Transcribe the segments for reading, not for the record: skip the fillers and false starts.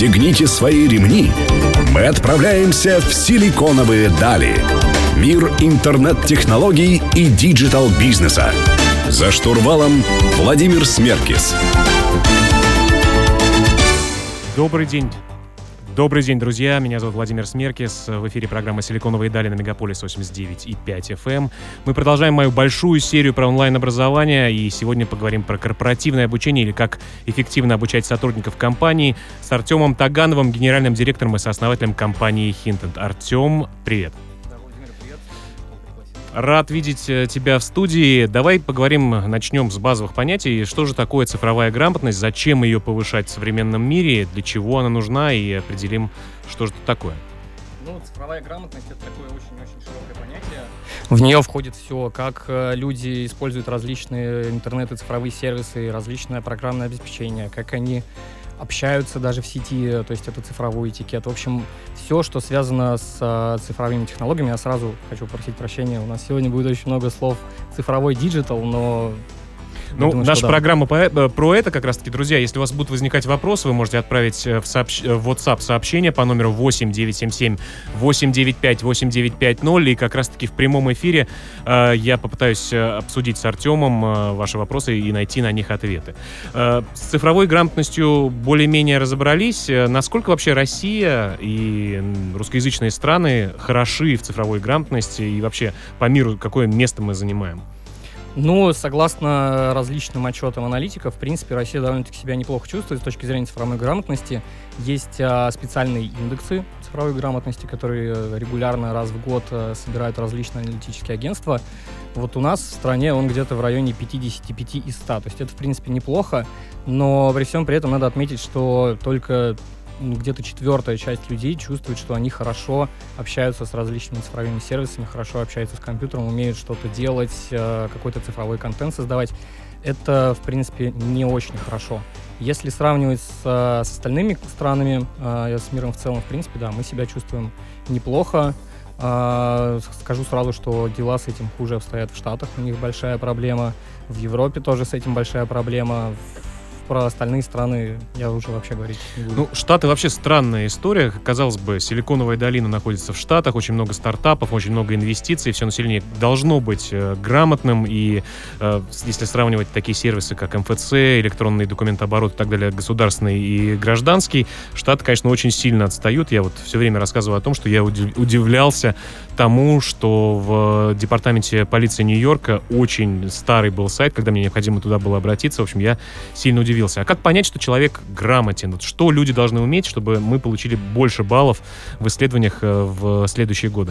Пристегните свои ремни. Мы отправляемся в Силиконовые дали. Мир интернет-технологий и диджитал-бизнеса. За штурвалом Владимир Смеркис. Добрый день. Добрый день, друзья. Меня зовут Владимир Смеркис. В эфире программа «Силиконовые дали» на Мегаполис 89,5 FM. Мы продолжаем мою большую серию про онлайн-образование. И сегодня поговорим про корпоративное обучение или как эффективно обучать сотрудников компании с Артемом Тагановым, генеральным директором и сооснователем компании Hinted. Артем, привет. Рад видеть тебя в студии. Давай поговорим, начнем с базовых понятий. Что же такое цифровая грамотность, зачем ее повышать в современном мире, для чего она нужна, и определим, что же это такое. Цифровая грамотность — это такое очень-очень широкое понятие. В нее входит все, как люди используют различные интернет и цифровые сервисы, различное программное обеспечение, как они общаются даже в сети, то есть это цифровой этикет. В общем, все, что связано с цифровыми технологиями. Я сразу хочу попросить прощения. У нас сегодня будет очень много слов цифровой диджитал, но... Наша программа про это как раз-таки, друзья. Если у вас будут возникать вопросы, вы можете отправить в WhatsApp сообщение по номеру 8-977-895-8950. И как раз-таки в прямом эфире я попытаюсь обсудить с Артемом ваши вопросы и найти на них ответы. С цифровой грамотностью более-менее разобрались. Насколько вообще Россия и русскоязычные страны хороши в цифровой грамотности и вообще по миру какое место мы занимаем? Согласно различным отчетам аналитиков, в принципе, Россия довольно-таки себя неплохо чувствует с точки зрения цифровой грамотности. Есть специальные индексы цифровой грамотности, которые регулярно раз в год собирают различные аналитические агентства. Вот у нас в стране он где-то в районе 55 из 100. То есть это, в принципе, неплохо, но при всем при этом надо отметить, что только где-то четвертая часть людей чувствует, что они хорошо общаются с различными цифровыми сервисами, хорошо общаются с компьютером, умеют что-то делать, какой-то цифровой контент создавать. Это, в принципе, не очень хорошо. Если сравнивать с остальными странами, с миром в целом, в принципе, да, мы себя чувствуем неплохо. Скажу сразу, что дела с этим хуже обстоят в Штатах, у них большая проблема. В Европе тоже с этим большая проблема. Про остальные страны я уже вообще говорить не буду. Штаты вообще странная история. Казалось бы, Силиконовая долина находится в Штатах, очень много стартапов, очень много инвестиций, все население должно быть грамотным, и если сравнивать такие сервисы, как МФЦ, электронный документооборот и так далее, государственный и гражданский, Штаты, конечно, очень сильно отстают. Я вот все время рассказываю о том, что я удивлялся тому, что в департаменте полиции Нью-Йорка очень старый был сайт, когда мне необходимо туда было обратиться. В общем, я сильно удивился. А как понять, что человек грамотен? Что люди должны уметь, чтобы мы получили больше баллов в исследованиях в следующие годы?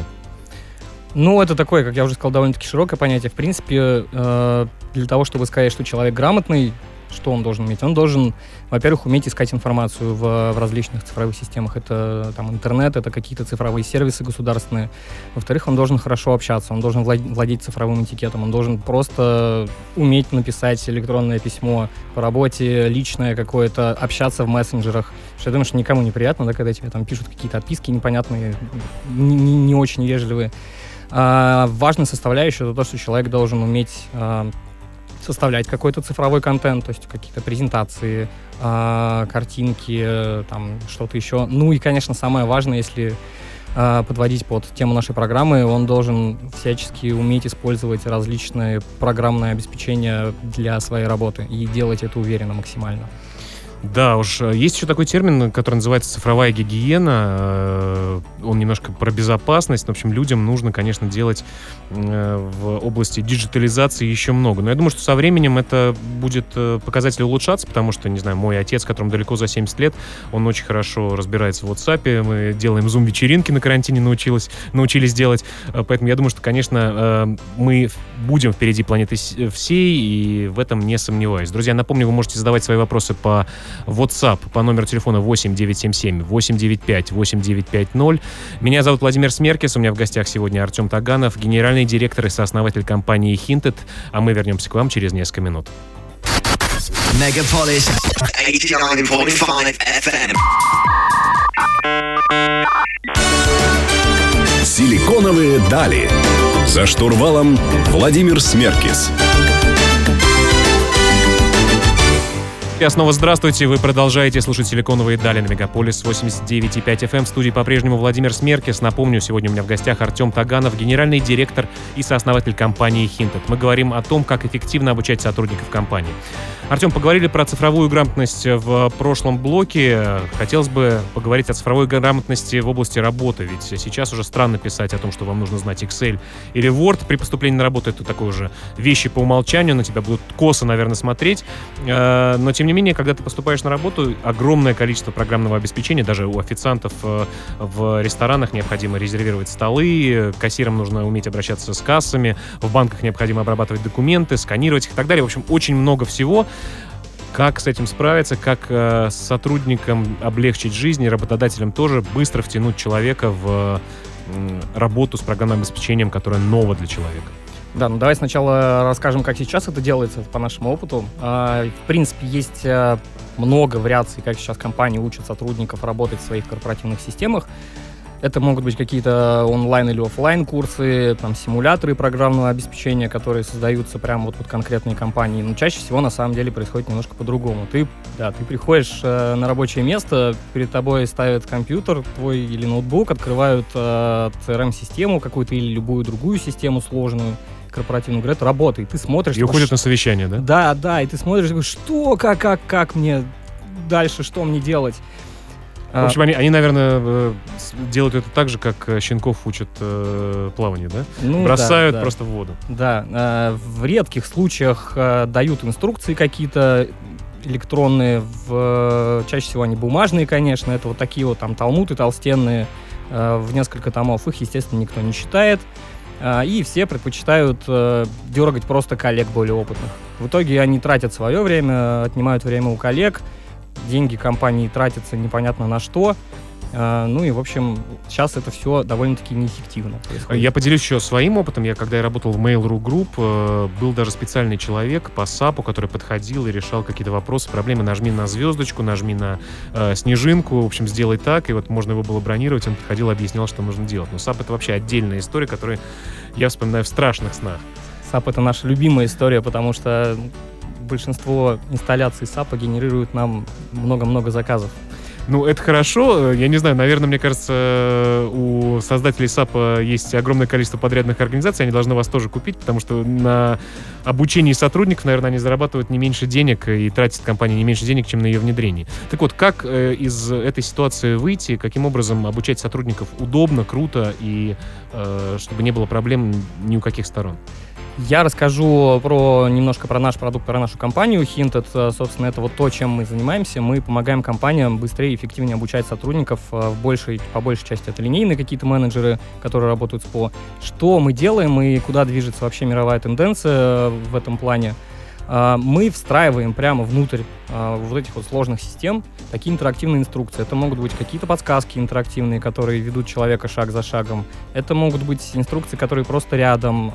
Это такое, как я уже сказал, довольно-таки широкое понятие. В принципе, для того, чтобы сказать, что человек грамотный, что он должен уметь? Он должен, во-первых, уметь искать информацию в различных цифровых системах. Это интернет, это какие-то цифровые сервисы государственные. Во-вторых, он должен хорошо общаться, он должен владеть цифровым этикетом, он должен просто уметь написать электронное письмо по работе, личное какое-то, общаться в мессенджерах. Что я думаю, что никому неприятно, да, когда тебе там пишут какие-то отписки непонятные, не очень вежливые. Важная составляющая — это то, что человек должен уметь составлять какой-то цифровой контент, то есть какие-то презентации, картинки, что-то еще. И, конечно, самое важное, если подводить под тему нашей программы, он должен всячески уметь использовать различные программные обеспечения для своей работы и делать это уверенно максимально. Да уж, есть еще такой термин, который называется цифровая гигиена. Он немножко про безопасность. В общем, людям нужно, конечно, делать в области диджитализации еще много. Но я думаю, что со временем это будет показатель улучшаться, потому что, не знаю, мой отец, которому далеко за 70 лет, он очень хорошо разбирается в WhatsApp. Мы делаем зум-вечеринки на карантине, научились делать. Поэтому я думаю, что, конечно, мы будем впереди планеты всей, и в этом не сомневаюсь. Друзья, напомню, вы можете задавать свои вопросы по WhatsApp по номеру телефона 8-977-895-8950. Меня зовут Владимир Смеркис. У меня в гостях сегодня Артем Таганов, генеральный директор и сооснователь компании Hinted. А мы вернемся к вам через несколько минут. Мегаполис 89.5 FM. Силиконовые дали. За штурвалом Владимир Смеркис. Я снова здравствуйте. Вы продолжаете слушать «Силиконовые дали» на Мегаполис 89,5 FM. В студии по-прежнему Владимир Смеркис. Напомню, сегодня у меня в гостях Артем Таганов, генеральный директор и сооснователь компании Hinted. Мы говорим о том, как эффективно обучать сотрудников компании. Артем, поговорили про цифровую грамотность в прошлом блоке. Хотелось бы поговорить о цифровой грамотности в области работы. Ведь сейчас уже странно писать о том, что вам нужно знать Excel или Word. При поступлении на работу это такое уже вещи по умолчанию. На тебя будут косо, наверное, смотреть. Но, тем не менее, когда ты поступаешь на работу, огромное количество программного обеспечения. Даже у официантов в ресторанах необходимо резервировать столы. Кассирам нужно уметь обращаться с кассами. В банках необходимо обрабатывать документы, сканировать их и так далее. В общем, очень много всего. Как с этим справиться, как сотрудникам облегчить жизнь и работодателям тоже быстро втянуть человека в работу с программным обеспечением, которое ново для человека. Да, ну давай сначала расскажем, как сейчас это делается по нашему опыту. В принципе, есть много вариаций, как сейчас компании учат сотрудников работать в своих корпоративных системах. Это могут быть какие-то онлайн или офлайн курсы, там, симуляторы программного обеспечения, которые создаются прямо вот под конкретные компании. Но чаще всего на самом деле происходит немножко по-другому. Ты приходишь на рабочее место, перед тобой ставят компьютер твой или ноутбук, открывают CRM-систему какую-то или любую другую систему сложную, корпоративную, говорят, работай, ты смотришь. И уходят на совещание, да? Да, и ты смотришь, что, как мне дальше, что мне делать? В общем, они, наверное, делают это так же, как щенков учат плаванию, да? Бросают просто в воду. Да, в редких случаях дают инструкции какие-то электронные, чаще всего они бумажные, конечно, это вот такие вот там талмуды толстенные, в несколько томов, их, естественно, никто не читает. И все предпочитают дергать просто коллег более опытных. В итоге они тратят свое время, отнимают время у коллег, деньги компании тратятся непонятно на что. Ну и, в общем, сейчас это все довольно-таки неэффективно происходит. Я поделюсь еще своим опытом. Когда я работал в Mail.ru Group, был даже специальный человек по САПу, который подходил и решал какие-то вопросы, проблемы. Нажми на звездочку, нажми на снежинку, в общем, сделай так. И вот можно его было бронировать, он подходил и объяснял, что нужно делать. Но САП — это вообще отдельная история, которую я вспоминаю в страшных снах. САП — это наша любимая история, потому что большинство инсталляций САПа генерирует нам много-много заказов. Ну, это хорошо. Я не знаю, наверное, мне кажется, у создателей САПа есть огромное количество подрядных организаций, они должны вас тоже купить, потому что на обучении сотрудников, наверное, они зарабатывают не меньше денег и тратят компания не меньше денег, чем на ее внедрение. Так вот, как из этой ситуации выйти, каким образом обучать сотрудников удобно, круто и чтобы не было проблем ни у каких сторон? Я расскажу немножко про наш продукт, про нашу компанию Hinted. Собственно, это вот то, чем мы занимаемся. Мы помогаем компаниям быстрее и эффективнее обучать сотрудников. По большей части это линейные какие-то менеджеры, которые работают с ПО. Что мы делаем и куда движется вообще мировая тенденция в этом плане? Мы встраиваем прямо внутрь вот этих вот сложных систем такие интерактивные инструкции. Это могут быть какие-то подсказки интерактивные, которые ведут человека шаг за шагом. Это могут быть инструкции, которые просто рядом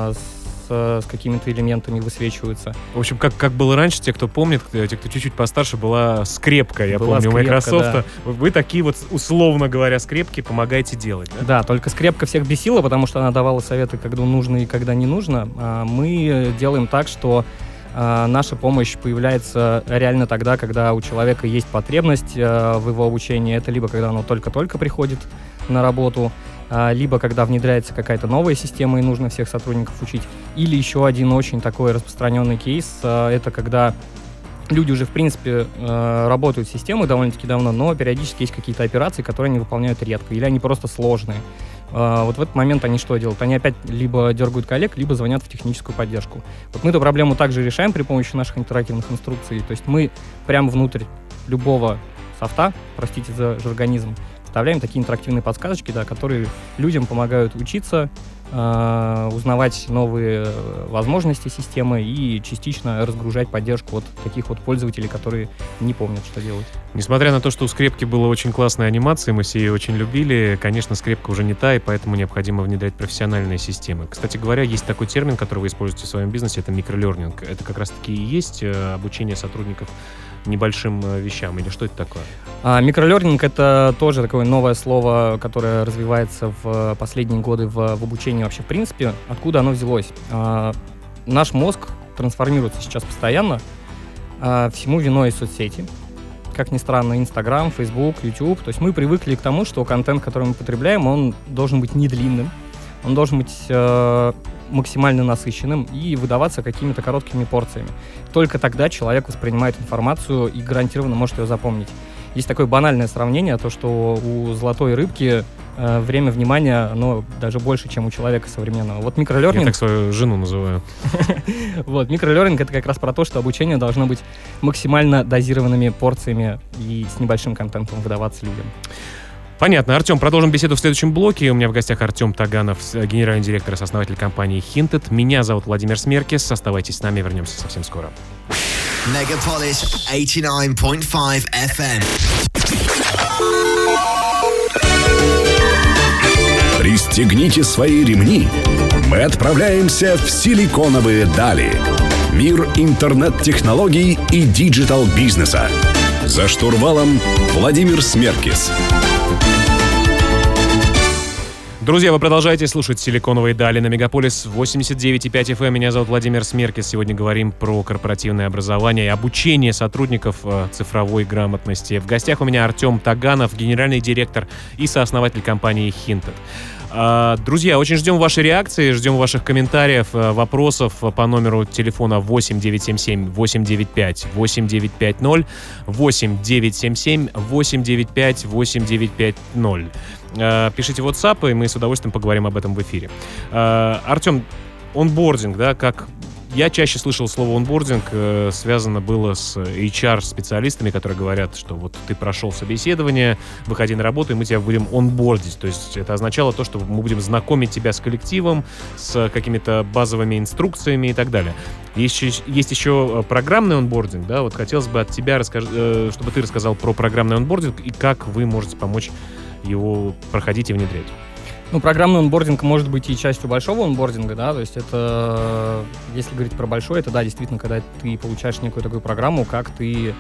с какими-то элементами высвечиваются. В общем, как было раньше, те, кто помнит, те, кто чуть-чуть постарше, была скрепка, я помню, скрепка, у Microsoft. Да. Вы такие вот, условно говоря, скрепки помогаете делать, да? Да, только скрепка всех бесила, потому что она давала советы, когда нужно и когда не нужно. Мы делаем так, что наша помощь появляется реально тогда, когда у человека есть потребность в его обучении. Это либо когда оно только-только приходит на работу, либо когда внедряется какая-то новая система и нужно всех сотрудников учить. Или еще один очень такой распространенный кейс, это когда люди уже, в принципе, работают с системой довольно-таки давно, но периодически есть какие-то операции, которые они выполняют редко, или они просто сложные. Вот в этот момент они что делают? Они опять либо дергают коллег, либо звонят в техническую поддержку. Вот мы эту проблему также решаем при помощи наших интерактивных инструкций. То есть мы прямо внутрь любого софта, простите за жаргонизм, вставляем такие интерактивные подсказочки, да, которые людям помогают учиться, узнавать новые возможности системы и частично разгружать поддержку от таких вот пользователей, которые не помнят, что делать. Несмотря на то, что у скрепки была очень классная анимация, мы все ее очень любили, конечно, скрепка уже не та, и поэтому необходимо внедрять профессиональные системы. Кстати говоря, есть такой термин, который вы используете в своем бизнесе, это микролернинг. Это как раз-таки и есть обучение сотрудников небольшим вещам, или что это такое? Микролернинг — это тоже такое новое слово, которое развивается в последние годы в обучении вообще в принципе. Откуда оно взялось? Наш мозг трансформируется сейчас постоянно. Всему виной соцсети. Как ни странно, Instagram, Facebook, YouTube. То есть мы привыкли к тому, что контент, который мы потребляем, он должен быть не длинным, он должен быть максимально насыщенным и выдаваться какими-то короткими порциями. Только тогда человек воспринимает информацию и гарантированно может ее запомнить. Есть такое банальное сравнение, то, что у золотой рыбки время внимания, оно даже больше, чем у человека современного. Вот микролернинг... Я так свою жену называю. Вот, микролернинг — это как раз про то, что обучение должно быть максимально дозированными порциями и с небольшим контентом выдаваться людям. Понятно. Артем, продолжим беседу в следующем блоке. У меня в гостях Артем Таганов, генеральный директор и сооснователь компании Hinted. Меня зовут Владимир Смеркис. Оставайтесь с нами, вернемся совсем скоро. Megapolis 89.5 FM. Пристегните свои ремни. Мы отправляемся в силиконовые дали. Мир интернет-технологий и диджитал-бизнеса. За штурвалом Владимир Смеркис. Друзья, вы продолжаете слушать «Силиконовые дали» на Мегаполис 89.5 FM. Меня зовут Владимир Смеркис. Сегодня говорим про корпоративное образование и обучение сотрудников цифровой грамотности. В гостях у меня Артем Таганов, генеральный директор и сооснователь компании Hinted. Друзья, очень ждем вашей реакции, ждем ваших комментариев, вопросов по номеру телефона 8 977 895 8950, 8 977 895 8950. Пишите в WhatsApp, и мы с удовольствием поговорим об этом в эфире. Артем, онбординг, да, как... Я чаще слышал слово онбординг, связано было с HR-специалистами, которые говорят, что вот ты прошел собеседование, выходи на работу, и мы тебя будем онбордить. То есть это означало то, что мы будем знакомить тебя с коллективом, с какими-то базовыми инструкциями и так далее. Есть еще программный онбординг, да, вот хотелось бы от тебя, чтобы ты рассказал про программный онбординг и как вы можете помочь его проходить и внедрять. Ну, программный онбординг может быть и частью большого онбординга, да, то есть это, если говорить про большой, это, да, действительно, когда ты получаешь некую такую программу, как ты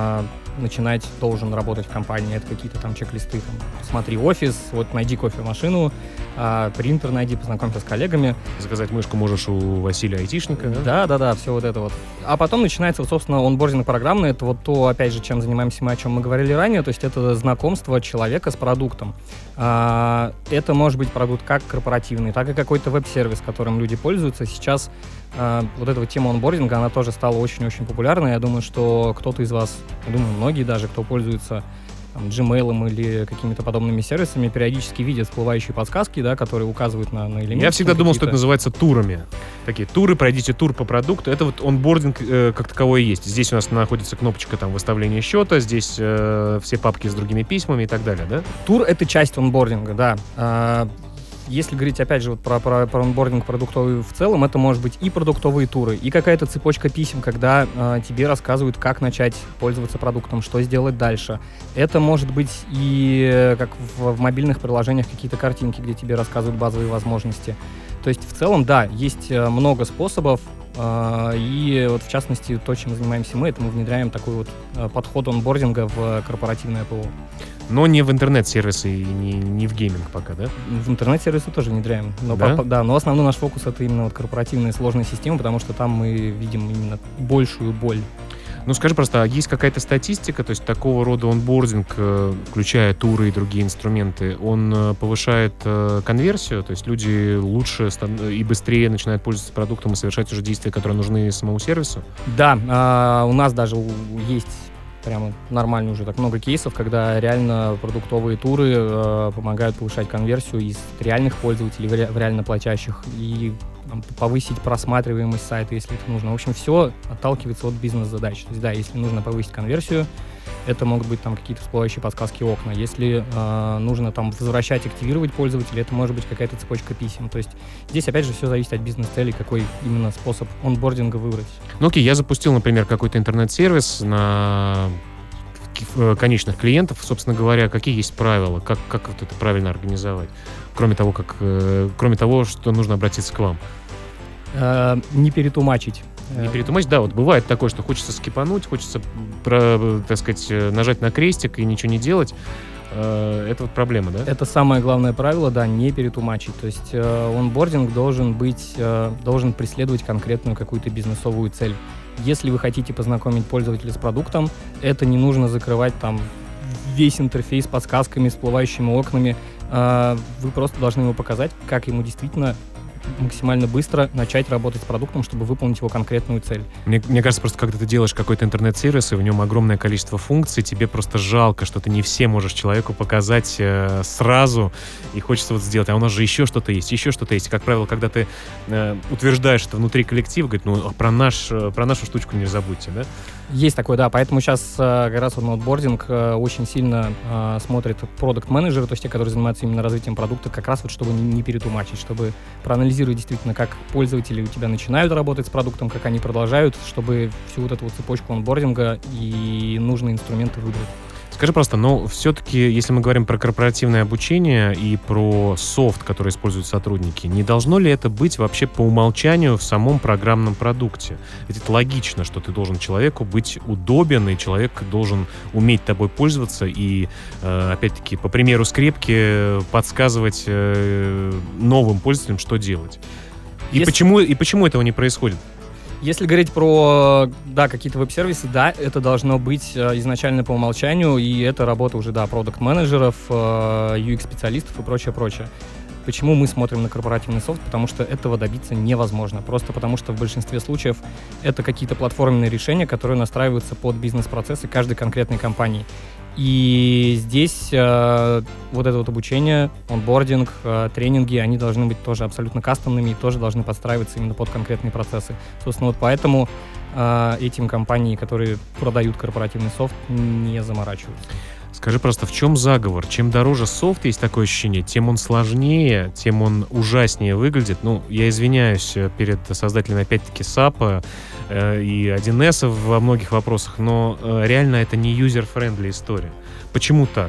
начинать должен работать в компании, это какие-то там чек-листы, там, смотри офис, вот найди кофемашину, принтер найди, познакомься с коллегами. Заказать мышку можешь у Василия Айтишника, да? Да, все вот это вот. А потом начинается, вот, собственно, онбординг программный, это вот то, опять же, чем занимаемся мы, о чем мы говорили ранее, то есть это знакомство человека с продуктом. Это может быть продукт как корпоративный, так и какой-то веб-сервис, которым люди пользуются. Сейчас вот эта вот тема онбординга, она тоже стала очень-очень популярной. Я думаю, что кто-то из вас, я думаю, многие даже, кто пользуется там, Gmail или какими-то подобными сервисами, периодически видят всплывающие подсказки, да, которые указывают на элементы. Я всегда думал, что это называется турами. Такие туры, пройдите тур по продукту. Это вот онбординг как таковой есть. Здесь у нас находится кнопочка там выставления счета, здесь все папки с другими письмами и так далее, да? Тур — это часть онбординга, да. Если говорить, опять же, вот про онбординг продуктовый в целом, это может быть и продуктовые туры, и какая-то цепочка писем, когда тебе рассказывают, как начать пользоваться продуктом, что сделать дальше. Это может быть и, как в мобильных приложениях, какие-то картинки, где тебе рассказывают базовые возможности. То есть, в целом, да, есть много способов, и вот, в частности, то, чем занимаемся мы, это мы внедряем такой вот подход онбординга в корпоративное ПО. Но не в интернет-сервисы и не в гейминг пока, да? В интернет-сервисы тоже внедряем. Но, да? Но основной наш фокус — это именно вот корпоративные сложные системы, потому что там мы видим именно большую боль. Ну, скажи просто, а есть какая-то статистика, то есть такого рода онбординг, включая туры и другие инструменты, он повышает конверсию, то есть люди лучше и быстрее начинают пользоваться продуктом и совершать уже действия, которые нужны самому сервису? Да, у нас даже есть прямо нормально уже так много кейсов, когда реально продуктовые туры помогают повышать конверсию из реальных пользователей в реально платящих и повысить просматриваемость сайта, если это нужно. В общем, все отталкивается от бизнес-задач. То есть, да, если нужно повысить конверсию, это могут быть там какие-то всплывающие подсказки окна. Если нужно там возвращать, активировать пользователя, это может быть какая-то цепочка писем. То есть здесь, опять же, все зависит от бизнес-целей, какой именно способ онбординга выбрать. Ну окей, я запустил, например, какой-то интернет-сервис на конечных клиентов. Собственно говоря, какие есть правила, как вот это правильно организовать? Кроме того, что нужно обратиться к вам. Не перетумачить. Не перетумачить, да, вот бывает такое, что хочется скипануть, хочется, так сказать, нажать на крестик и ничего не делать. Это вот проблема, да? Это самое главное правило, да, не перетумачить. То есть онбординг должен преследовать конкретную какую-то бизнесовую цель. Если вы хотите познакомить пользователя с продуктом, это не нужно закрывать там весь интерфейс с подсказками, с всплывающими окнами. Вы просто должны ему показать, как ему действительно максимально быстро начать работать с продуктом, чтобы выполнить его конкретную цель. Мне кажется, просто когда ты делаешь какой-то интернет-сервис, и в нем огромное количество функций, тебе просто жалко, что ты не все можешь человеку показать сразу, и хочется вот сделать. А у нас же еще что-то есть. И, как правило, когда ты утверждаешь это внутри коллектива, говорит, про нашу штучку не забудьте, да? Есть такое, да. Поэтому сейчас как раз вот ноутбординг очень сильно смотрит продакт-менеджеры, то есть те, которые занимаются именно развитием продукта, как раз вот чтобы не перетумачить, чтобы проанализировать действительно, как пользователи у тебя начинают работать с продуктом, как они продолжают, чтобы всю вот эту вот цепочку онбординга и нужные инструменты выбрать. Скажи просто, но все-таки, если мы говорим про корпоративное обучение и про софт, который используют сотрудники, не должно ли это быть вообще по умолчанию в самом программном продукте? Ведь это логично, что ты должен человеку быть удобен, и человек должен уметь тобой пользоваться и, опять-таки, по примеру скрепки, подсказывать новым пользователям, что делать. И почему этого не происходит? Если говорить про, какие-то веб-сервисы, это должно быть изначально по умолчанию, и это работа уже, продакт-менеджеров, UX-специалистов и прочее. Почему мы смотрим на корпоративный софт? Потому что этого добиться невозможно. Просто потому что в большинстве случаев это какие-то платформенные решения, которые настраиваются под бизнес-процессы каждой конкретной компании. И здесь вот это вот обучение, онбординг, тренинги, они должны быть тоже абсолютно кастомными и тоже должны подстраиваться именно под конкретные процессы. Собственно, вот поэтому этим компании, которые продают корпоративный софт, не заморачиваются. Скажи просто, в чем заговор? Чем дороже софт, есть такое ощущение, тем он сложнее, тем он ужаснее выглядит. Я извиняюсь перед создателями, опять-таки, SAP и 1С во многих вопросах, но реально это не юзер-френдли история. Почему так?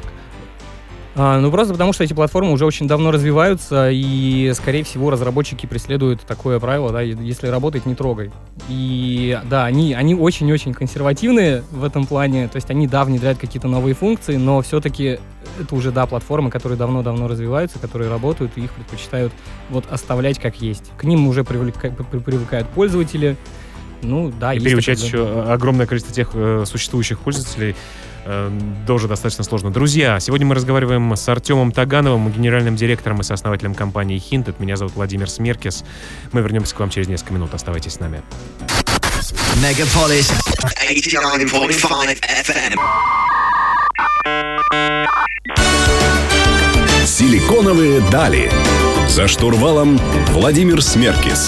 Просто потому, что эти платформы уже очень давно развиваются, и, скорее всего, разработчики преследуют такое правило, если работает, не трогай. И, они очень-очень консервативные в этом плане, то есть они, внедряют какие-то новые функции, но все-таки это уже, платформы, которые давно-давно развиваются, которые работают, и их предпочитают оставлять как есть. К ним уже привыкают пользователи. И переучать еще огромное количество тех существующих пользователей тоже достаточно сложно. Друзья, сегодня мы разговариваем с Артемом Тагановым, генеральным директором и сооснователем компании Hinted. Меня зовут Владимир Смеркис. Мы вернемся к вам через несколько минут. Оставайтесь с нами. Megapolis 89.5 FM. Силиконовые дали. За штурвалом Владимир Смеркис.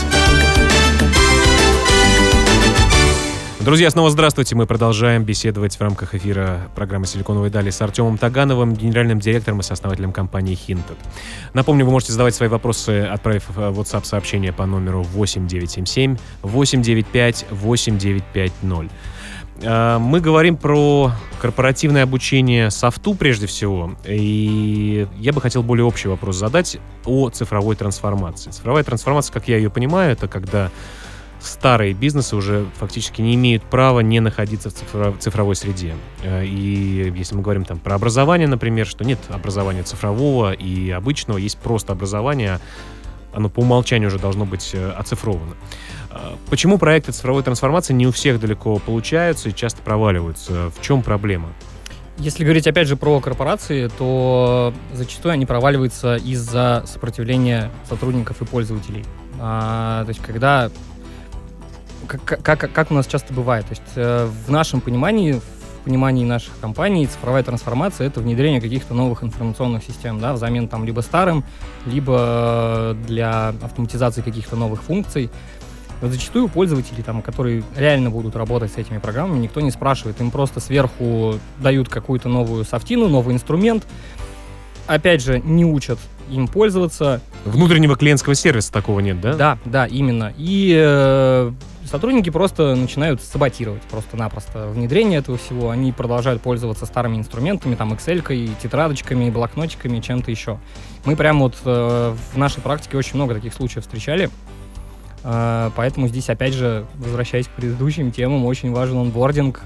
Друзья, снова здравствуйте. Мы продолжаем беседовать в рамках эфира программы «Силиконовые дали» с Артемом Тагановым, генеральным директором и сооснователем компании Hinted. Напомню, вы можете задавать свои вопросы, отправив WhatsApp-сообщение по номеру 8977 895 8950. Мы говорим про корпоративное обучение софту прежде всего, и я бы хотел более общий вопрос задать о цифровой трансформации. Цифровая трансформация, как я ее понимаю, это когда старые бизнесы уже фактически не имеют права не находиться в цифровой среде. И если мы говорим про образование, например, что нет образования цифрового и обычного, есть просто образование, оно по умолчанию уже должно быть оцифровано. Почему проекты цифровой трансформации не у всех далеко получаются и часто проваливаются? В чем проблема? Если говорить, опять же, про корпорации, то зачастую они проваливаются из-за сопротивления сотрудников и пользователей. То есть, когда... Как у нас часто бывает. То есть, в нашем понимании, в понимании наших компаний, цифровая трансформация — это внедрение каких-то новых информационных систем, взамен либо старым, либо для автоматизации каких-то новых функций. Зачастую пользователи, которые реально будут работать с этими программами, никто не спрашивает. Им просто сверху дают какую-то новую софтину, новый инструмент. Опять же, не учат им пользоваться. Внутреннего клиентского сервиса такого нет, да? Да, именно. И сотрудники просто начинают саботировать просто-напросто внедрение этого всего. Они продолжают пользоваться старыми инструментами, Excel-кой, тетрадочками, блокнотиками, чем-то еще. Мы прямо в нашей практике очень много таких случаев встречали. Поэтому здесь, опять же, возвращаясь к предыдущим темам, очень важен онбординг.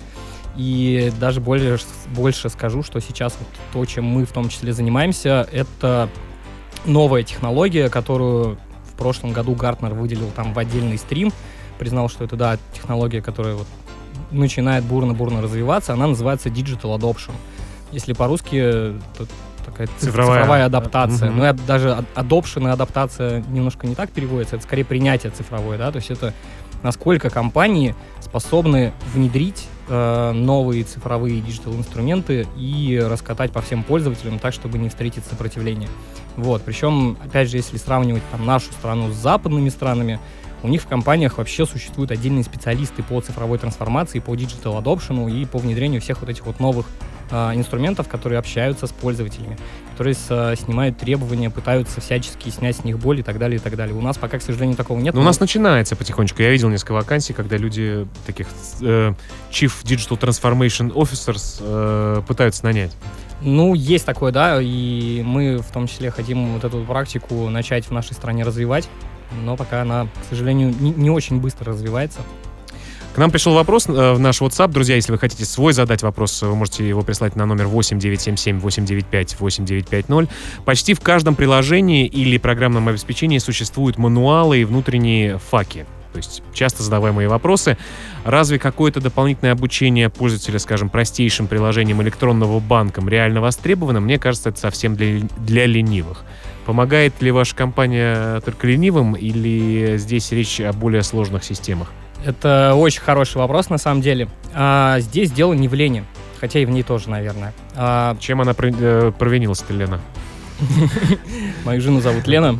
И даже больше скажу, что сейчас то, чем мы в том числе занимаемся, это новая технология, которую в прошлом году Гартнер выделил в отдельный стрим. признал, что это, да, технология, которая вот начинает бурно-бурно развиваться, она называется Digital Adoption. Если по-русски, то такая цифровая адаптация. Угу. Ну, и даже adoption и адаптация немножко не так переводится, это скорее принятие цифровое, да, то есть это насколько компании способны внедрить новые цифровые диджитал-инструменты и раскатать по всем пользователям так, чтобы не встретить сопротивление. Вот. Причем, опять же, если сравнивать там нашу страну с западными странами, у них в компаниях вообще существуют отдельные специалисты по цифровой трансформации, по digital adoption и по внедрению всех вот этих вот новых инструментов, которые общаются с пользователями, которые снимают требования, пытаются всячески снять с них боль и так далее, и так далее. У нас пока, к сожалению, такого нет. Но у нас начинается потихонечку. Я видел несколько вакансий, когда люди таких Chief Digital Transformation Officers пытаются нанять. Ну, есть такое, да, и мы в том числе хотим вот эту практику начать в нашей стране развивать, но пока она, к сожалению, не очень быстро развивается. К нам пришел вопрос в наш WhatsApp. Друзья, если вы хотите свой задать вопрос, вы можете его прислать на номер 8-977-895-8950. Почти в каждом приложении или программном обеспечении существуют мануалы и внутренние факи. То есть часто задаваемые вопросы. Разве какое-то дополнительное обучение пользователя, скажем, простейшим приложением электронного банка реально востребовано? Мне кажется, это совсем для ленивых. Помогает ли ваша компания только ленивым или здесь речь о более сложных системах? Это очень хороший вопрос, на самом деле. Здесь дело не в лени, хотя и в ней тоже, наверное. Чем она провинилась-то, Лена? Мою жену зовут Лена.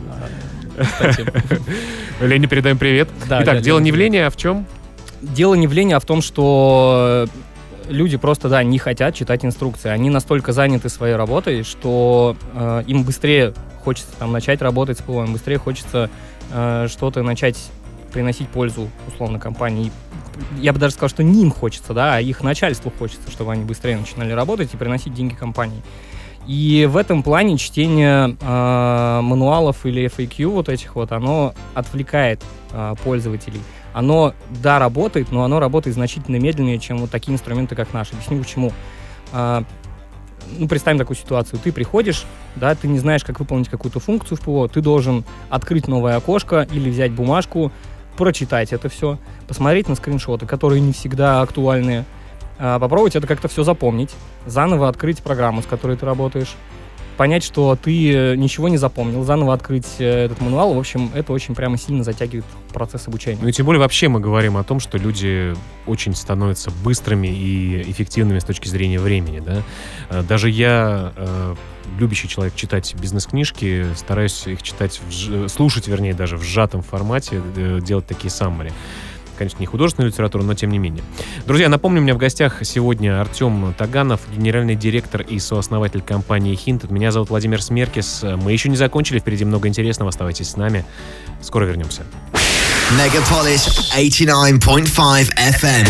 Лене передаем привет. Итак, дело не в лени, а в чем? Дело не в лени, а в том, что люди просто, да, не хотят читать инструкции. Они настолько заняты своей работой, что им быстрее хочется там начать работать с ПО, им быстрее хочется что-то начать приносить пользу, условно, компании. Я бы даже сказал, что не им хочется, да, а их начальству хочется, чтобы они быстрее начинали работать и приносить деньги компании. И в этом плане чтение мануалов или FAQ вот этих вот, оно отвлекает пользователей. Оно, да, работает, но оно работает значительно медленнее, чем вот такие инструменты, как наши. Объясню почему. Ну, представим такую ситуацию. Ты приходишь, да, ты не знаешь, как выполнить какую-то функцию в ПО, ты должен открыть новое окошко или взять бумажку, прочитать это все, посмотреть на скриншоты, которые не всегда актуальные, попробовать это как-то все запомнить, заново открыть программу, с которой ты работаешь, понять, что ты ничего не запомнил, заново открыть этот мануал. В общем, это очень прямо сильно затягивает процесс обучения. Ну и тем более вообще мы говорим о том, что люди очень становятся быстрыми и эффективными с точки зрения времени, да. Даже я, любящий человек читать бизнес-книжки, стараюсь их читать, слушать, вернее, даже в сжатом формате, делать такие саммари. Конечно, не художественную литературу, но тем не менее. Друзья, напомню, у меня в гостях сегодня Артем Таганов, генеральный директор и сооснователь компании Hinted. Меня зовут Владимир Смеркис. Мы еще не закончили, впереди много интересного. Оставайтесь с нами. Скоро вернемся. Megapolis 89.5 FM.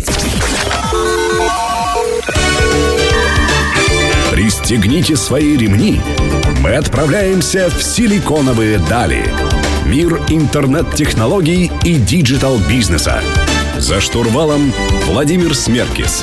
Пристегните свои ремни. Мы отправляемся в силиконовые дали. Мир интернет-технологий и диджитал-бизнеса. За штурвалом Владимир Смеркис.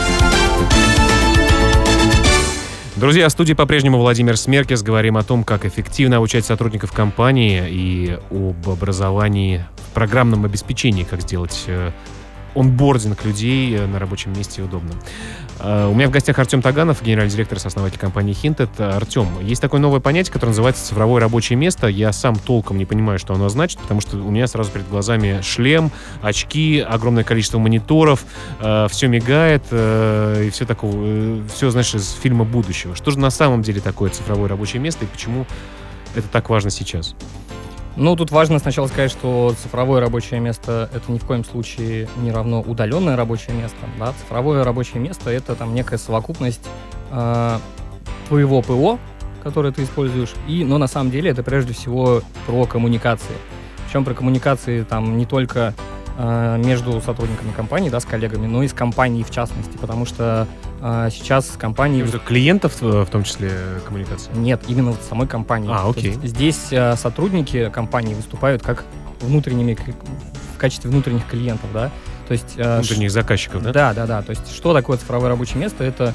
Друзья, в студии по-прежнему Владимир Смеркис. Говорим о том, как эффективно обучать сотрудников компании и об образовании в программном обеспечении, как сделать онбординг людей на рабочем месте удобно. У меня в гостях Артем Таганов, генеральный директор и сооснователь компании Hinted. Артем, есть такое новое понятие, которое называется цифровое рабочее место. Я сам толком не понимаю, что оно значит, потому что у меня сразу перед глазами шлем, очки, огромное количество мониторов, все мигает, и все такое, все, знаешь, из фильма будущего. Что же на самом деле такое цифровое рабочее место и почему это так важно сейчас? Ну, тут важно сначала сказать, что цифровое рабочее место — это ни в коем случае не равно удаленное рабочее место. Да? Цифровое рабочее место — это там некая совокупность твоего ПО, которое ты используешь, но на самом деле это прежде всего про коммуникации. Причем про коммуникации там не только между сотрудниками компании, да, с коллегами, но и с компанией в частности, потому что сейчас с компанией... Клиентов в том числе коммуникация? Нет, именно вот самой компании. Окей. Здесь сотрудники компании выступают как в качестве внутренних клиентов, да? То есть, внутренних заказчиков, да? Да. То есть что такое цифровое рабочее место? Это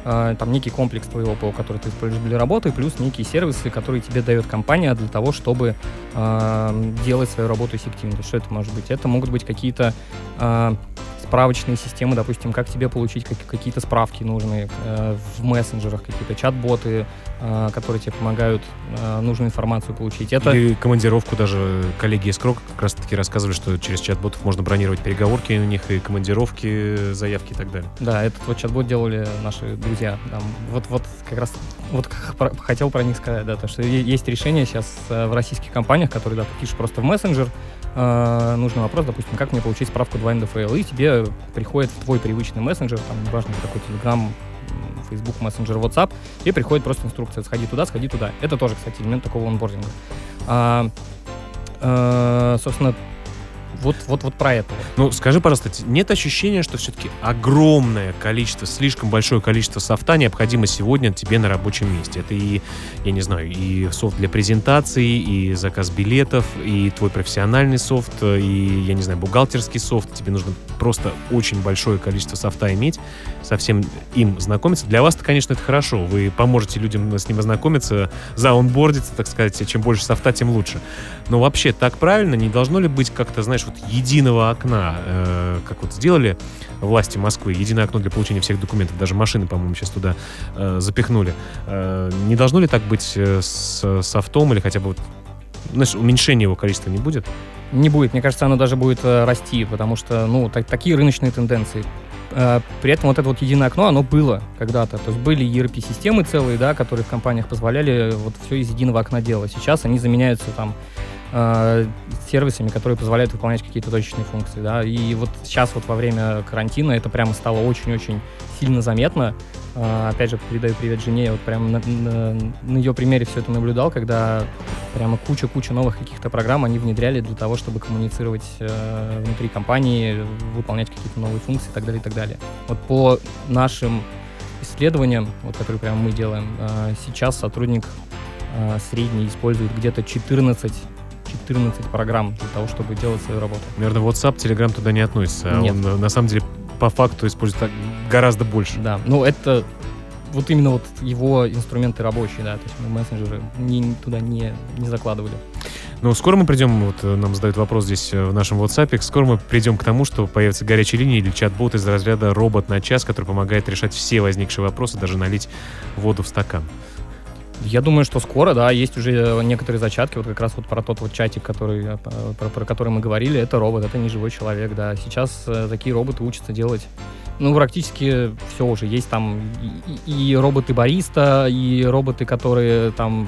там некий комплекс твоего ПО, который ты используешь для работы, плюс некие сервисы, которые тебе дает компания для того, чтобы делать свою работу эффективно. Что это может быть? Это могут быть какие-то справочные системы, допустим, как тебе получить какие-то справки нужные в мессенджерах, какие-то чат-боты, которые тебе помогают нужную информацию получить. Или командировку даже. Коллеги из Крок как раз-таки рассказывали, что через чат-ботов можно бронировать переговорки у них, и командировки, заявки и так далее. Да, этот вот чат-бот делали наши друзья. Там, вот как раз хотел про них сказать, да, то, что есть решение сейчас в российских компаниях, которые, да, ты пишешь просто в мессенджер, нужный вопрос, допустим, как мне получить справку 2 НДФЛ, и тебе приходит в твой привычный мессенджер, там, неважно, какой Telegram, Facebook, мессенджер, WhatsApp, и приходит просто инструкция: сходи туда, сходи туда. Это тоже, кстати, элемент такого онбординга. Собственно, вот про это. Ну, скажи, пожалуйста, нет ощущения, что все-таки огромное количество, слишком большое количество софта необходимо сегодня тебе на рабочем месте? Это и, я не знаю, и софт для презентации, и заказ билетов, и твой профессиональный софт, и, я не знаю, бухгалтерский софт. Тебе нужно просто очень большое количество софта иметь, со всем им знакомиться. Для вас-то, конечно, это хорошо. Вы поможете людям с ним ознакомиться, заонбордиться, так сказать. Чем больше софта, тем лучше. Но вообще, так правильно? Не должно ли быть как-то, знаешь, вот единого окна, как вот сделали власти Москвы, единое окно для получения всех документов, даже машины, по-моему, сейчас туда запихнули. Не должно ли так быть с софтом, или хотя бы вот, знаешь, уменьшения его количества не будет? Не будет. Мне кажется, оно даже будет расти, потому что, ну, такие рыночные тенденции. При этом вот это вот единое окно, оно было когда-то. То есть были ERP-системы целые, да, которые в компаниях позволяли вот все из единого окна делать. Сейчас они заменяются там сервисами, которые позволяют выполнять какие-то точечные функции, да, и вот сейчас вот во время карантина это прямо стало очень-очень сильно заметно. Опять же, передаю привет жене, я вот прямо на ее примере все это наблюдал, когда прямо куча новых каких-то программ они внедряли для того, чтобы коммуницировать внутри компании, выполнять какие-то новые функции и так далее, и так далее. Вот по нашим исследованиям, вот, которые прямо мы делаем, сейчас сотрудник средний использует где-то 14 программ для того, чтобы делать свою работу. Наверное, WhatsApp, Telegram туда не относится. Нет. Он на самом деле по факту использует гораздо больше. Да, ну это вот именно вот его инструменты рабочие, да, то есть мы мессенджеры туда не закладывали. Ну, скоро мы придем, вот нам задают вопрос здесь в нашем WhatsApp, скоро мы придем к тому, что появится горячая линия или чат-бот из разряда робот на час, который помогает решать все возникшие вопросы, даже налить воду в стакан. Я думаю, что скоро, да, есть уже некоторые зачатки, вот как раз вот про тот вот чатик, про который мы говорили, это робот, это не живой человек, да. Сейчас такие роботы учатся делать, ну, практически все уже. Есть там и роботы-бариста, и роботы, которые там,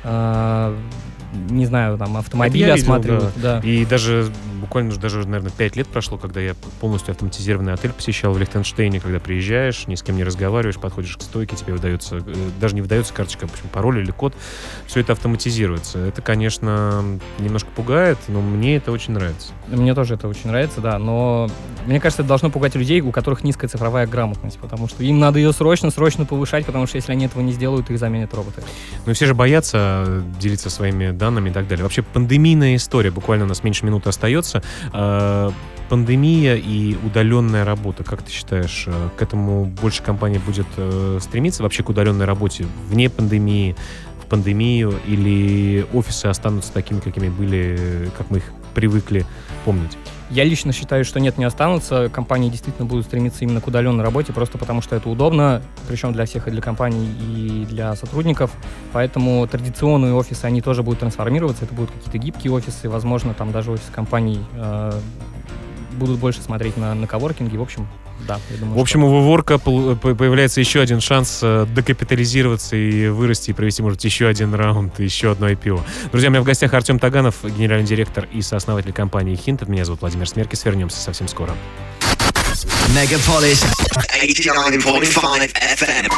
не знаю, там автомобили осматривают. Да. И даже буквально, наверное, 5 лет прошло, когда я полностью автоматизированный отель посещал в Лихтенштейне, когда приезжаешь, ни с кем не разговариваешь, подходишь к стойке, тебе выдается, даже не выдается карточка, в общем, пароль или код, все это автоматизируется. Это, конечно, немножко пугает, но мне это очень нравится. Мне тоже это очень нравится, да, но мне кажется, это должно пугать людей, у которых низкая цифровая грамотность, потому что им надо ее срочно повышать, потому что если они этого не сделают, их заменят роботы. Ну и все же боятся делиться своими данными и так далее. Вообще пандемийная история, буквально у нас меньше минуты остается. Пандемия и удаленная работа, как ты считаешь, к этому больше компаний будет стремиться, вообще к удаленной работе вне пандемии, в пандемию, или офисы останутся такими, какими были, как мы их привыкли помнить? Я лично считаю, что нет, не останутся. Компании действительно будут стремиться именно к удаленной работе, просто потому что это удобно, причем для всех, и для компаний, и для сотрудников. Поэтому традиционные офисы, они тоже будут трансформироваться. Это будут какие-то гибкие офисы, возможно, там даже офисы компаний будут больше смотреть на коворкинги. В общем, да, я думаю, в общем, у Воворка появляется еще один шанс докапитализироваться и вырасти, и провести, может, еще один раунд, еще одно IPO. Друзья, у меня в гостях Артем Таганов, генеральный директор и сооснователь компании Hinted. Меня зовут Владимир Смеркис. Вернемся совсем скоро. Мегаполис 89.5 FM.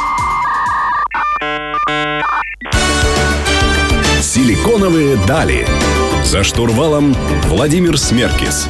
Силиконовые дали. За штурвалом Владимир Смеркис.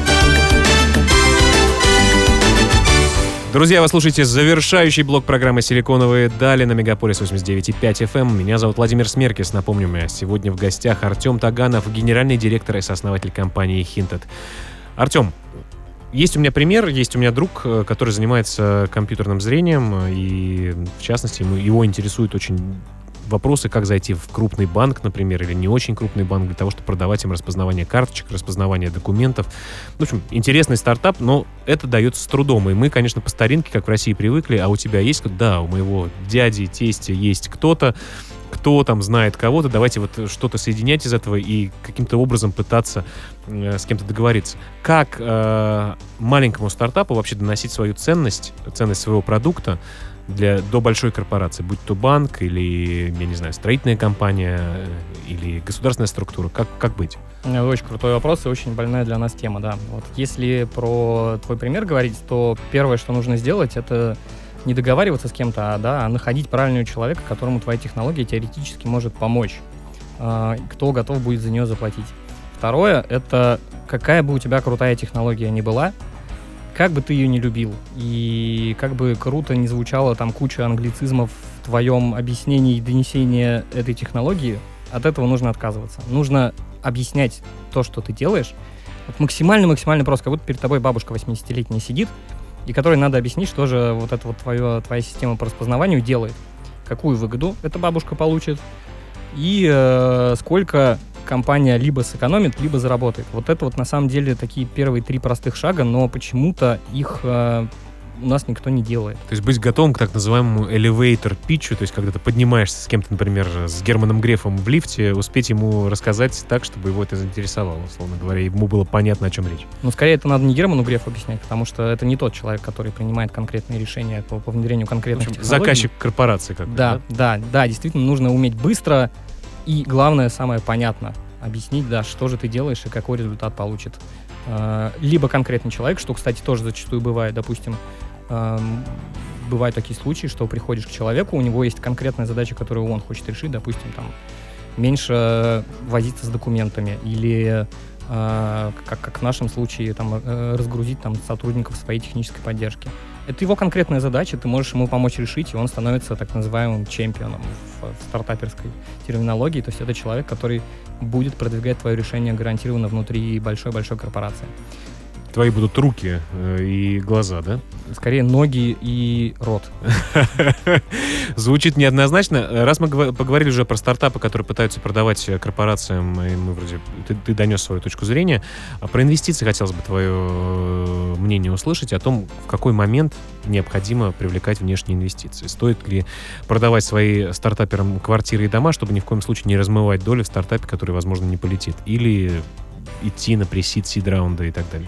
Друзья, вы слушаете завершающий блок программы «Силиконовые дали» на Мегаполис 89.5 FM. Меня зовут Владимир Смеркис. Напомню, у меня сегодня в гостях Артем Таганов, генеральный директор и сооснователь компании Hinted. Артем, Есть у меня пример, есть у меня друг, который занимается компьютерным зрением, и, в частности, его интересуют очень вопросы, как зайти в крупный банк, например, или не очень крупный банк, для того, чтобы продавать им распознавание карточек, распознавание документов. В общем, интересный стартап, но это дается с трудом. И мы, конечно, по старинке, как в России, привыкли, а у тебя есть? Да, у моего дяди, тестя есть кто-то, кто там знает кого-то, давайте вот что-то соединять из этого и каким-то образом пытаться с кем-то договориться. Как маленькому стартапу вообще доносить свою ценность своего продукта до большой корпорации, будь то банк или, я не знаю, строительная компания или государственная структура, как быть? Очень крутой вопрос и очень больная для нас тема, да. Вот если про твой пример говорить, то первое, что нужно сделать, это не договариваться с кем-то, а находить правильного человека, которому твоя технология теоретически может помочь, кто готов будет за нее заплатить. Второе, это какая бы у тебя крутая технология ни была, как бы ты ее не любил, и как бы круто не звучала там куча англицизмов в твоем объяснении и донесении этой технологии, от этого нужно отказываться. Нужно объяснять то, что ты делаешь, максимально просто, как будто перед тобой бабушка 80-летняя сидит, и которой надо объяснить, что же вот эта вот твоя система по распознаванию делает, какую выгоду эта бабушка получит, и сколько компания либо сэкономит, либо заработает. Вот это вот на самом деле такие первые 3 простых шага, но почему-то их у нас никто не делает. То есть быть готовым к так называемому elevator pitch, то есть когда ты поднимаешься с кем-то, например, с Германом Грефом в лифте, успеть ему рассказать так, чтобы его это заинтересовало, условно говоря, и ему было понятно, о чем речь. Ну, скорее, это надо не Герману Грефу объяснять, потому что это не тот человек, который принимает конкретные решения по внедрению конкретных технологий. Заказчик корпорации какой-то. Да, действительно, нужно уметь быстро и, главное, самое понятно объяснить, да, что же ты делаешь и какой результат получит. Либо конкретный человек, что, кстати, тоже зачастую бывает, допустим, бывают такие случаи, что приходишь к человеку, у него есть конкретная задача, которую он хочет решить, допустим, там, меньше возиться с документами или, как в нашем случае, там, разгрузить там, сотрудников своей технической поддержки. Это его конкретная задача, ты можешь ему помочь решить, и он становится так называемым чемпионом в стартаперской терминологии. То есть это человек, который будет продвигать твое решение гарантированно внутри большой-большой корпорации. Твои будут руки и глаза, да? Скорее, ноги и рот. Звучит неоднозначно. Раз мы поговорили уже про стартапы, которые пытаются продавать корпорациям, и мы вроде ты донес свою точку зрения, про инвестиции хотелось бы твое мнение услышать о том, в какой момент необходимо привлекать внешние инвестиции. Стоит ли продавать свои стартаперам квартиры и дома, чтобы ни в коем случае не размывать доли в стартапе, который, возможно, не полетит? Или идти на пресид, сид-раунда и так далее?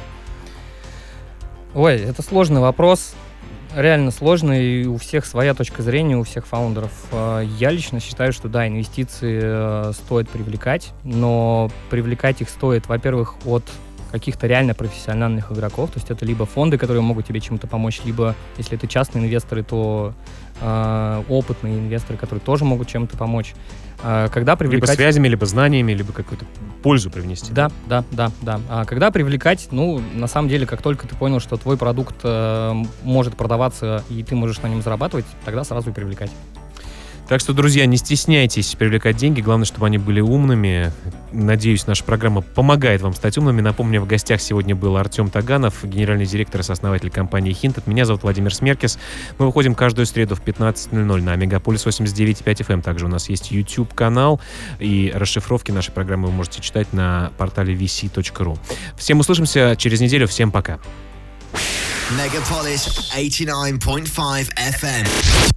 Ой, это сложный вопрос, реально сложный, и у всех своя точка зрения, у всех фаундеров. Я лично считаю, что да, инвестиции стоит привлекать, но привлекать их стоит, во-первых, от каких-то реально профессиональных игроков, то есть это либо фонды, которые могут тебе чем-то помочь, либо, если это частные инвесторы, то опытные инвесторы, которые тоже могут чем-то помочь. Когда привлекать... Либо связями, либо знаниями, либо какую-то пользу привнести. Да. А когда привлекать, на самом деле, как только ты понял, что твой продукт может продаваться, и ты можешь на нем зарабатывать, тогда сразу и привлекать. Так что, друзья, не стесняйтесь привлекать деньги. Главное, чтобы они были умными. Надеюсь, наша программа помогает вам стать умными. Напомню, в гостях сегодня был Артем Таганов, генеральный директор и сооснователь компании Hinted. Меня зовут Владимир Смеркис. Мы выходим каждую среду в 15:00 на Мегаполис 89.5 FM. Также у нас есть YouTube-канал. И расшифровки нашей программы вы можете читать на портале vc.ru. Всем услышимся через неделю. Всем пока. Megapolis 89.5 FM.